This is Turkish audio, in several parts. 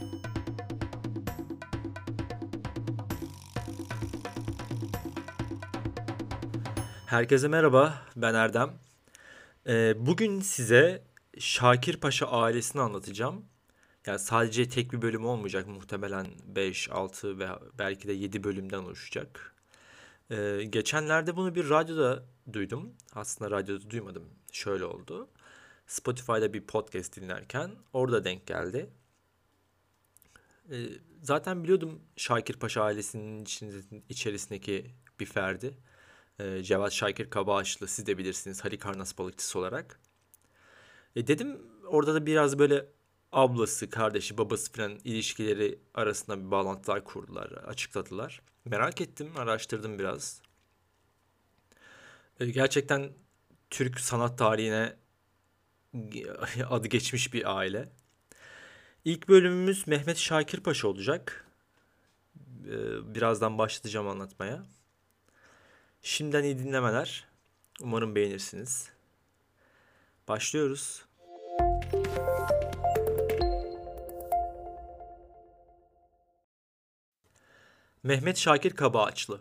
Herkese merhaba, ben Erdem. Bugün size Şakir Paşa ailesini anlatacağım. Yani sadece tek bir bölüm olmayacak, muhtemelen 5, 6 ve belki de 7 bölümden oluşacak. Geçenlerde bunu bir radyoda duydum. Aslında radyoda duymadım, şöyle oldu. Spotify'da bir podcast dinlerken orada denk geldi. Zaten biliyordum Şakir Paşa ailesinin içerisindeki bir ferdi. Cevat Şakir Kabaağaçlı, siz de bilirsiniz, Halikarnas balıkçısı olarak. Dedim orada da biraz böyle ablası, kardeşi, babası falan ilişkileri arasında bir bağlantılar kurdular, açıkladılar. Merak ettim, araştırdım biraz. Gerçekten Türk sanat tarihine adı geçmiş bir aile. İlk bölümümüz Mehmet Şakir Paşa olacak. Birazdan başlayacağım anlatmaya. Şimdiden iyi dinlemeler. Umarım beğenirsiniz. Başlıyoruz. Mehmet Şakir Kabaağaçlı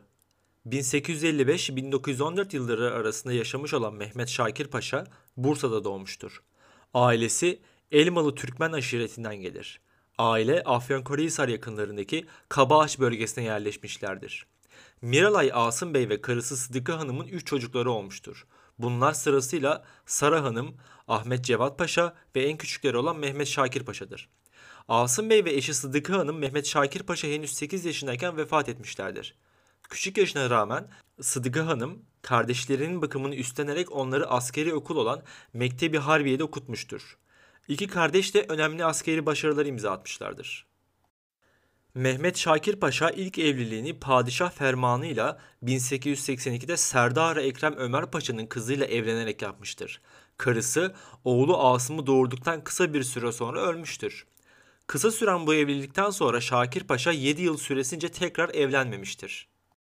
1855-1914 yılları arasında yaşamış olan Mehmet Şakir Paşa Bursa'da doğmuştur. Ailesi Elmalı Türkmen aşiretinden gelir. Aile Afyonkarahisar yakınlarındaki Kabaağaç bölgesine yerleşmişlerdir. Miralay Asım Bey ve karısı Sıdıka Hanım'ın 3 çocukları olmuştur. Bunlar sırasıyla Sara Hanım, Ahmet Cevat Paşa ve en küçükleri olan Mehmet Şakir Paşa'dır. Asım Bey ve eşi Sıdıka Hanım Mehmet Şakir Paşa henüz 8 yaşındayken vefat etmişlerdir. Küçük yaşına rağmen Sıdıka Hanım kardeşlerinin bakımını üstlenerek onları askeri okul olan Mektebi Harbiye'de okutmuştur. İki kardeş de önemli askeri başarılar imza atmışlardır. Mehmet Şakir Paşa ilk evliliğini padişah fermanıyla 1882'de Serdar Ekrem Ömer Paşa'nın kızıyla evlenerek yapmıştır. Karısı oğlu Asım'ı doğurduktan kısa bir süre sonra ölmüştür. Kısa süren bu evlilikten sonra Şakir Paşa 7 yıl süresince tekrar evlenmemiştir.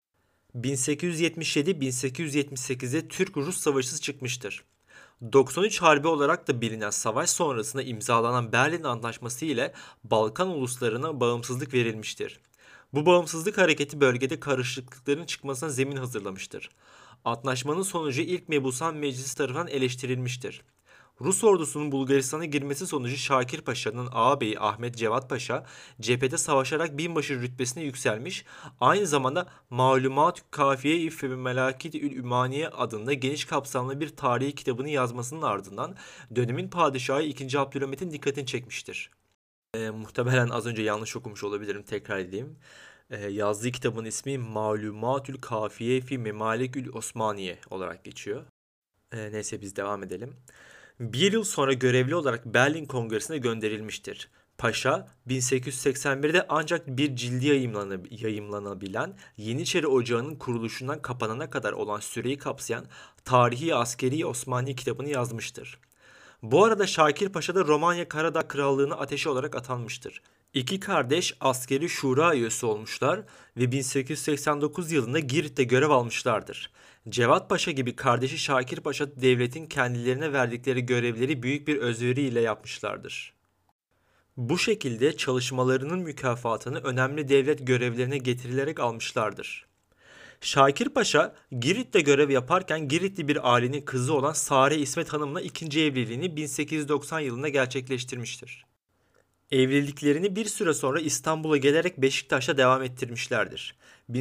1877-1878'de Türk-Rus Savaşı çıkmıştır. 93 Harbi olarak da bilinen savaş sonrasında imzalanan Berlin Antlaşması ile Balkan uluslarına bağımsızlık verilmiştir. Bu bağımsızlık hareketi bölgede karışıklıkların çıkmasına zemin hazırlamıştır. Antlaşmanın sonucu ilk Mebusan Meclisi tarafından eleştirilmiştir. Rus ordusunun Bulgaristan'a girmesi sonucu Şakir Paşa'nın ağabeyi Ahmet Cevat Paşa cephede savaşarak binbaşı rütbesine yükselmiş, aynı zamanda Malumat Kafiye-i ve Melakit-ül Ümaniye adında geniş kapsamlı bir tarihi kitabını yazmasının ardından dönemin padişahı II. Abdülhamit'in dikkatini çekmiştir. Muhtemelen az önce yanlış okumuş olabilirim, tekrar edeyim. Yazdığı kitabın ismi Malumatül Kafiye fi Memalikül Osmaniye olarak geçiyor. Neyse biz devam edelim. Bir yıl sonra görevli olarak Berlin Kongresi'ne gönderilmiştir. Paşa 1881'de ancak bir cildi yayımlanabilen Yeniçeri Ocağı'nın kuruluşundan kapanana kadar olan süreyi kapsayan Tarihi Askeri Osmani kitabını yazmıştır. Bu arada Şakir Paşa da Romanya Karadağ Krallığı'na ateşi olarak atanmıştır. İki kardeş askeri şura üyesi olmuşlar ve 1889 yılında Girit'te görev almışlardır. Cevat Paşa gibi kardeşi Şakir Paşa devletin kendilerine verdikleri görevleri büyük bir özveriyle yapmışlardır. Bu şekilde çalışmalarının mükafatını önemli devlet görevlerine getirilerek almışlardır. Şakir Paşa Girit'te görev yaparken Giritli bir ailenin kızı olan Sare İsmet Hanım'la ikinci evliliğini 1890 yılında gerçekleştirmiştir. Evliliklerini bir süre sonra İstanbul'a gelerek Beşiktaş'ta devam ettirmişlerdir.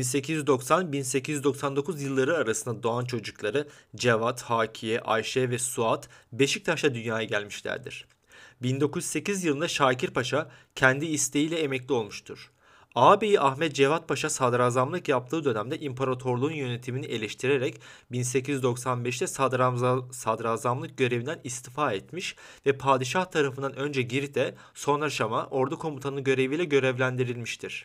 1890-1899 yılları arasında doğan çocukları Cevat, Hakiye, Ayşe ve Suat Beşiktaş'ta dünyaya gelmişlerdir. 1908 yılında Şakir Paşa kendi isteğiyle emekli olmuştur. Ağabeyi Ahmet Cevat Paşa sadrazamlık yaptığı dönemde imparatorluğun yönetimini eleştirerek 1895'te sadrazamlık görevinden istifa etmiş ve padişah tarafından önce Girit'e sonra Şam'a ordu komutanı göreviyle görevlendirilmiştir.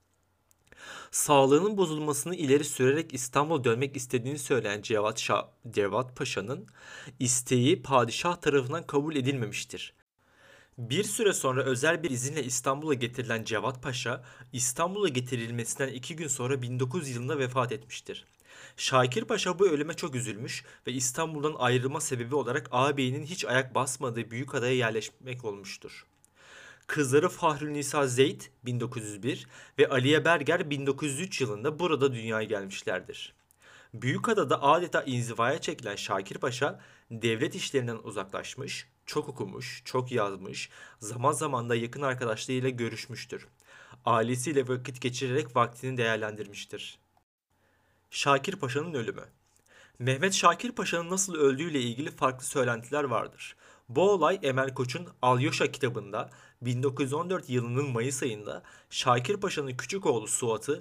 Sağlığının bozulmasını ileri sürerek İstanbul'a dönmek istediğini söyleyen Cevat Paşa'nın isteği padişah tarafından kabul edilmemiştir. Bir süre sonra özel bir izinle İstanbul'a getirilen Cevat Paşa, İstanbul'a getirilmesinden 2 gün sonra 1900 yılında vefat etmiştir. Şakir Paşa bu ölüme çok üzülmüş ve İstanbul'dan ayrılma sebebi olarak ağabeyinin hiç ayak basmadığı Büyükada'ya yerleşmek olmuştur. Kızları Fahrülnisa Zeyd 1901 ve Aliye Berger 1903 yılında burada dünyaya gelmişlerdir. Büyükada'da adeta inzivaya çekilen Şakir Paşa devlet işlerinden uzaklaşmış, çok okumuş, çok yazmış, zaman zaman da yakın arkadaşlarıyla görüşmüştür. Ailesiyle vakit geçirerek vaktini değerlendirmiştir. Şakir Paşa'nın ölümü. Mehmet Şakir Paşa'nın nasıl öldüğüyle ilgili farklı söylentiler vardır. Bu olay Emel Koç'un Alyoşa kitabında 1914 yılının Mayıs ayında Şakir Paşa'nın küçük oğlu Suat'ı,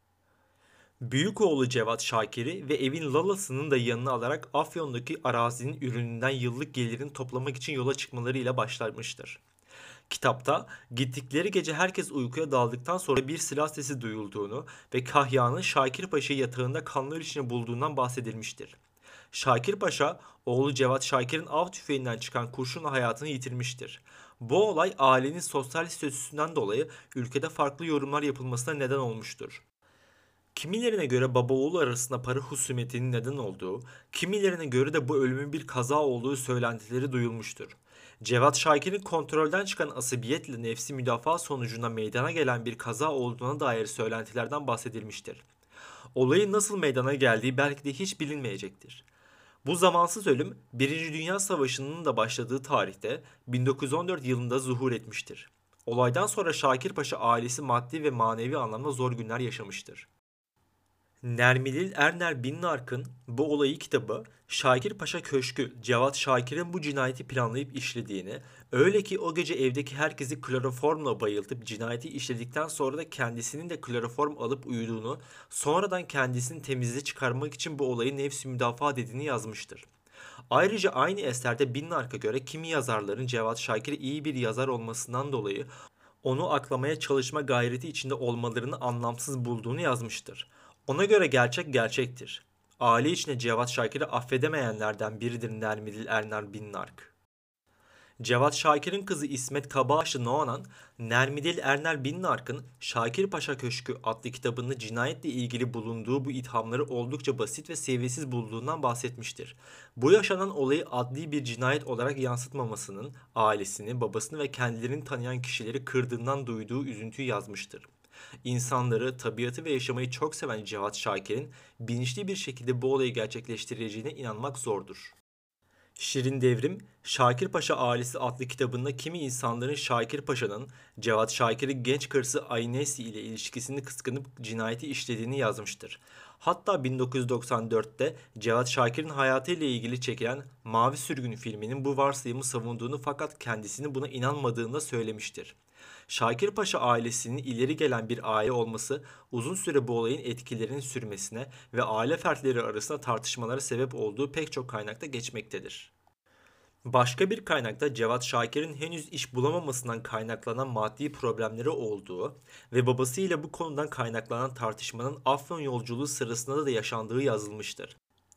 büyük oğlu Cevat Şakir'i ve evin Lalası'nın da yanına alarak Afyon'daki arazinin ürününden yıllık gelirini toplamak için yola çıkmalarıyla başlamıştır. Kitapta gittikleri gece herkes uykuya daldıktan sonra bir silah sesi duyulduğunu ve Kahya'nın Şakir Paşa'yı yatağında kanlar içine bulduğundan bahsedilmiştir. Şakir Paşa, oğlu Cevat Şakir'in av tüfeğinden çıkan kurşunla hayatını yitirmiştir. Bu olay ailenin sosyal statüsünden dolayı ülkede farklı yorumlar yapılmasına neden olmuştur. Kimilerine göre baba oğul arasında para husumetinin neden olduğu, kimilerine göre de bu ölümün bir kaza olduğu söylentileri duyulmuştur. Cevat Şakir'in kontrolden çıkan asabiyetle nefsi müdafaa sonucunda meydana gelen bir kaza olduğuna dair söylentilerden bahsedilmiştir. Olayın nasıl meydana geldiği belki de hiç bilinmeyecektir. Bu zamansız ölüm 1. Dünya Savaşı'nın da başladığı tarihte 1914 yılında zuhur etmiştir. Olaydan sonra Şakir Paşa ailesi maddi ve manevi anlamda zor günler yaşamıştır. Nermidil Erner Binnark'ın bu olayı kitabı, Şakir Paşa Köşkü, Cevat Şakir'in bu cinayeti planlayıp işlediğini, öyle ki o gece evdeki herkesi kloroformla bayıltıp cinayeti işledikten sonra da kendisinin de kloroform alıp uyuduğunu, sonradan kendisini temize çıkarmak için bu olayı nefsi müdafaa dediğini yazmıştır. Ayrıca aynı eserde Binnark'a göre kimi yazarların Cevat Şakir'i iyi bir yazar olmasından dolayı onu aklamaya çalışma gayreti içinde olmalarını anlamsız bulduğunu yazmıştır. Ona göre gerçek gerçektir. Aile içinde Cevat Şakir'i affedemeyenlerden biridir Nermidil Erner Binnark. Cevat Şakir'in kızı İsmet Kabaşlı Noanan, Nermidil Erner Binnark'ın Şakir Paşa Köşkü adlı kitabında cinayetle ilgili bulunduğu bu ithamları oldukça basit ve seviyesiz bulduğundan bahsetmiştir. Bu yaşanan olayı adli bir cinayet olarak yansıtmamasının ailesini, babasını ve kendilerini tanıyan kişileri kırdığından duyduğu üzüntüyü yazmıştır. İnsanları, tabiatı ve yaşamayı çok seven Cevat Şakir'in bilinçli bir şekilde bu olayı gerçekleştireceğine inanmak zordur. Şirin Devrim, Şakir Paşa Ailesi adlı kitabında kimi insanların Şakir Paşa'nın Cevat Şakir'in genç karısı Aynesi ile ilişkisini kıskanıp cinayeti işlediğini yazmıştır. Hatta 1994'te Cevat Şakir'in hayatıyla ilgili çekilen Mavi Sürgün filminin bu varsayımı savunduğunu fakat kendisinin buna inanmadığını da söylemiştir. Şakir Paşa ailesinin ileri gelen bir aile olması uzun süre bu olayın etkilerinin sürmesine ve aile fertleri arasında tartışmalara sebep olduğu pek çok kaynakta geçmektedir. Başka bir kaynakta Cevat Şakir'in henüz iş bulamamasından kaynaklanan maddi problemleri olduğu ve babasıyla bu konudan kaynaklanan tartışmanın Afyon yolculuğu sırasında da yaşandığı yazılmıştır.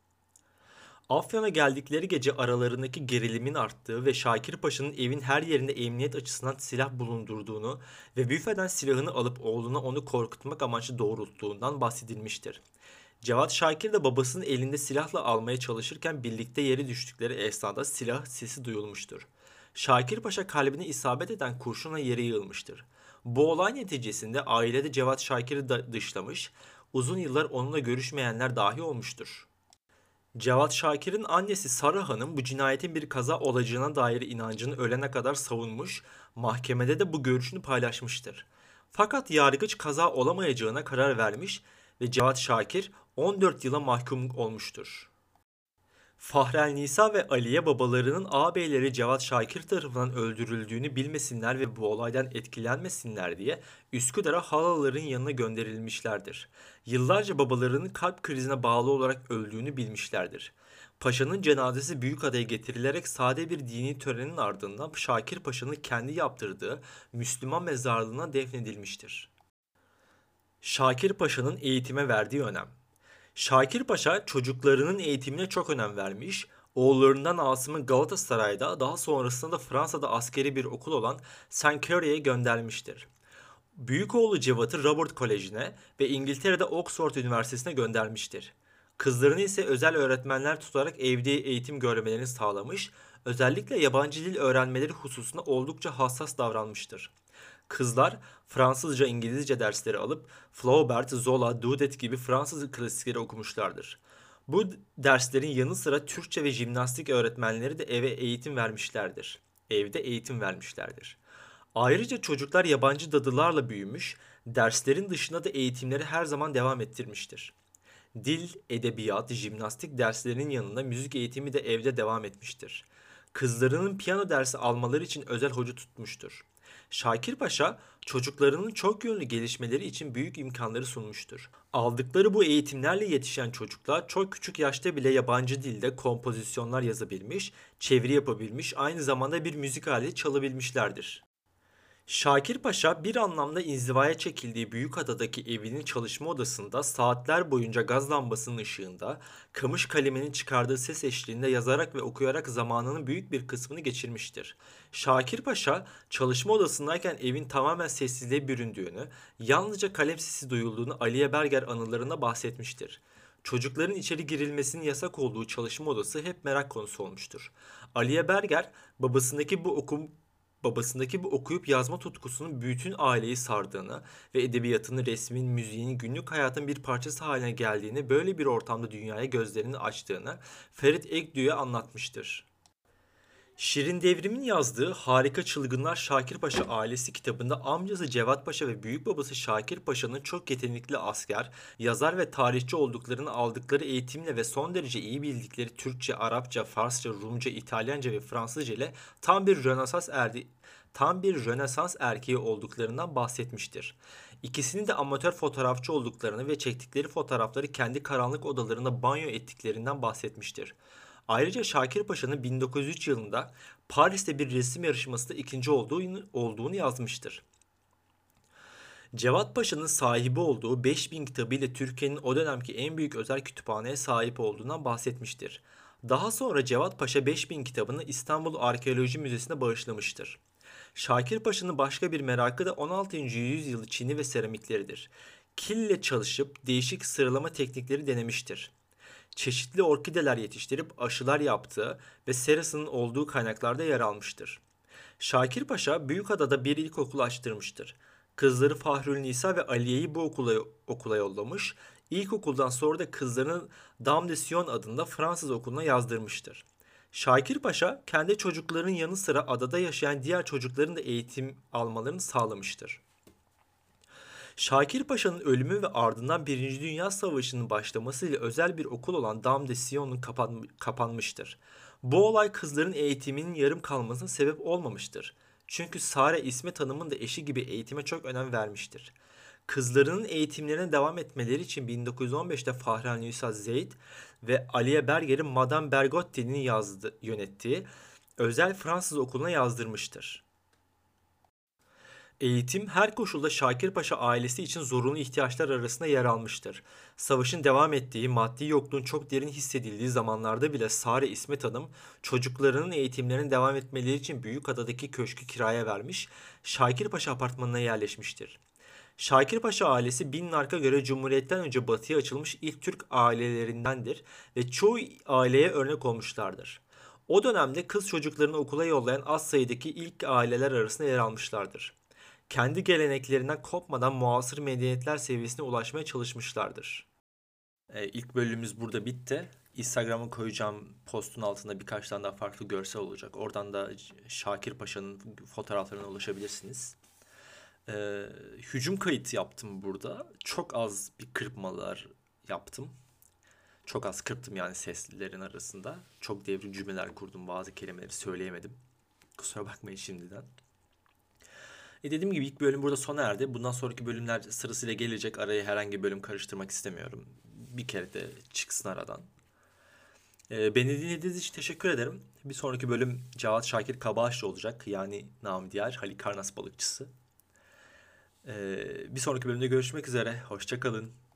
Afyon'a geldikleri gece aralarındaki gerilimin arttığı ve Şakir Paşa'nın evin her yerinde emniyet açısından silah bulundurduğunu ve büfeden silahını alıp oğluna onu korkutmak amaçlı doğrulttuğundan bahsedilmiştir. Cevat Şakir de babasının elinde silahla almaya çalışırken birlikte yere düştükleri esnada silah sesi duyulmuştur. Şakir Paşa kalbine isabet eden kurşunla yere yığılmıştır. Bu olay neticesinde ailede Cevat Şakir'i dışlamış, uzun yıllar onunla görüşmeyenler dahi olmuştur. Cevat Şakir'in annesi Sara Hanım bu cinayetin bir kaza olacağına dair inancını ölene kadar savunmuş, mahkemede de bu görüşünü paylaşmıştır. Fakat yargıç kaza olamayacağına karar vermiş ve Cevat Şakir 14 yıla mahkum olmuştur. Fahrelnisa ve Aliye babalarının ağabeyleri Cevat Şakir tarafından öldürüldüğünü bilmesinler ve bu olaydan etkilenmesinler diye Üsküdar'a halaların yanına gönderilmişlerdir. Yıllarca babalarının kalp krizine bağlı olarak öldüğünü bilmişlerdir. Paşa'nın cenazesi Büyükada'ya getirilerek sade bir dini törenin ardından Şakir Paşa'nın kendi yaptırdığı Müslüman mezarlığına defnedilmiştir. Şakir Paşa'nın eğitime verdiği önem. Şakir Paşa çocuklarının eğitimine çok önem vermiş, oğullarından Asım'ı Galatasaray'da daha sonrasında da Fransa'da askeri bir okul olan St. Cury'e göndermiştir. Büyük oğlu Cevat'ı Robert Koleji'ne ve İngiltere'de Oxford Üniversitesi'ne göndermiştir. Kızlarını ise özel öğretmenler tutarak evde eğitim görmelerini sağlamış, özellikle yabancı dil öğrenmeleri hususunda oldukça hassas davranmıştır. Kızlar Fransızca, İngilizce dersleri alıp Flaubert, Zola, Daudet gibi Fransız klasikleri okumuşlardır. Bu derslerin yanı sıra Türkçe ve jimnastik öğretmenleri de evde eğitim vermişlerdir. Ayrıca çocuklar yabancı dadılarla büyümüş, derslerin dışında da eğitimleri her zaman devam ettirmiştir. Dil, edebiyat, jimnastik derslerinin yanında müzik eğitimi de evde devam etmiştir. Kızlarının piyano dersi almaları için özel hoca tutmuştur. Şakir Paşa çocuklarının çok yönlü gelişmeleri için büyük imkanları sunmuştur. Aldıkları bu eğitimlerle yetişen çocuklar çok küçük yaşta bile yabancı dilde kompozisyonlar yazabilmiş, çeviri yapabilmiş, aynı zamanda bir müzik aleti çalabilmişlerdir. Şakir Paşa bir anlamda inzivaya çekildiği Büyükada'daki evinin çalışma odasında saatler boyunca gaz lambasının ışığında, kamış kaleminin çıkardığı ses eşliğinde yazarak ve okuyarak zamanının büyük bir kısmını geçirmiştir. Şakir Paşa çalışma odasındayken evin tamamen sessizliğe büründüğünü, yalnızca kalem sesi duyulduğunu Aliye Berger anılarında bahsetmiştir. Çocukların içeri girilmesinin yasak olduğu çalışma odası hep merak konusu olmuştur. Aliye Berger babasındaki bu okuyup yazma tutkusunun bütün aileyi sardığını ve edebiyatın, resmin, müziğin günlük hayatın bir parçası haline geldiğini, böyle bir ortamda dünyaya gözlerini açtığını Ferit Ekdü'ye anlatmıştır. Şirin Devrim'in yazdığı Harika Çılgınlar Şakir Paşa Ailesi kitabında amcası Cevat Paşa ve büyük babası Şakir Paşa'nın çok yetenekli asker, yazar ve tarihçi olduklarını, aldıkları eğitimle ve son derece iyi bildikleri Türkçe, Arapça, Farsça, Rumca, İtalyanca ve Fransızca ile tam bir Rönesans erkeği olduklarından bahsetmiştir. İkisinin de amatör fotoğrafçı olduklarını ve çektikleri fotoğrafları kendi karanlık odalarında banyo ettiklerinden bahsetmiştir. Ayrıca Şakir Paşa'nın 1903 yılında Paris'te bir resim yarışmasında ikinci olduğunu yazmıştır. Cevat Paşa'nın sahibi olduğu 5000 kitabıyla Türkiye'nin o dönemki en büyük özel kütüphaneye sahip olduğundan bahsetmiştir. Daha sonra Cevat Paşa 5000 kitabını İstanbul Arkeoloji Müzesi'ne bağışlamıştır. Şakir Paşa'nın başka bir merakı da 16. yüzyıl çini ve seramikleridir. Kille çalışıp değişik sıralama teknikleri denemiştir. Çeşitli orkideler yetiştirip aşılar yaptığı ve serasının olduğu kaynaklarda yer almıştır. Şakir Paşa Büyükada'da bir ilkokul açtırmıştır. Kızları Fahrülnisa ve Aliye'yi bu okula yollamış. İlkokuldan sonra da kızlarını Dame de Sion adında Fransız okuluna yazdırmıştır. Şakir Paşa kendi çocuklarının yanı sıra adada yaşayan diğer çocukların da eğitim almalarını sağlamıştır. Şakir Paşa'nın ölümü ve ardından Birinci Dünya Savaşı'nın başlamasıyla özel bir okul olan Dame de Sion'un kapanmıştır. Bu olay kızların eğitiminin yarım kalmasına sebep olmamıştır. Çünkü Sare İsmet Hanım'ın da eşi gibi eğitime çok önem vermiştir. Kızlarının eğitimlerine devam etmeleri için 1915'te Fahrülnisa Zeyd ve Aliye Berger'in Madame Bergotti'nin yönettiği özel Fransız okuluna yazdırmıştır. Eğitim her koşulda Şakir Paşa ailesi için zorunlu ihtiyaçlar arasında yer almıştır. Savaşın devam ettiği, maddi yokluğun çok derin hissedildiği zamanlarda bile Sare İsmet Hanım çocuklarının eğitimlerine devam etmeleri için Büyükada'daki köşkü kiraya vermiş, Şakir Paşa apartmanına yerleşmiştir. Şakir Paşa ailesi Binnark'a göre Cumhuriyet'ten önce batıya açılmış ilk Türk ailelerindendir ve çoğu aileye örnek olmuşlardır. O dönemde kız çocuklarını okula yollayan az sayıdaki ilk aileler arasında yer almışlardır. Kendi geleneklerinden kopmadan muasır medeniyetler seviyesine ulaşmaya çalışmışlardır. İlk bölümümüz burada bitti. Instagram'a koyacağım postun altında birkaç tane daha farklı görsel olacak. Oradan da Şakir Paşa'nın fotoğraflarına ulaşabilirsiniz. Hücum kayıt yaptım burada. Çok az bir kırpmalar yaptım. Çok az kırptım yani seslerin arasında. Çok devrik cümleler kurdum. Bazı kelimeleri söyleyemedim. Kusura bakmayın şimdiden. Dediğim gibi ilk bölüm burada sona erdi. Bundan sonraki bölümler sırasıyla gelecek. Araya herhangi bir bölüm karıştırmak istemiyorum. Bir kere de çıksın aradan. Beni dinlediğiniz için teşekkür ederim. Bir sonraki bölüm Cevat Şakir Kabaşlı olacak. Yani namı diğer Halikarnas balıkçısı. Bir sonraki bölümde görüşmek üzere. Hoşça kalın.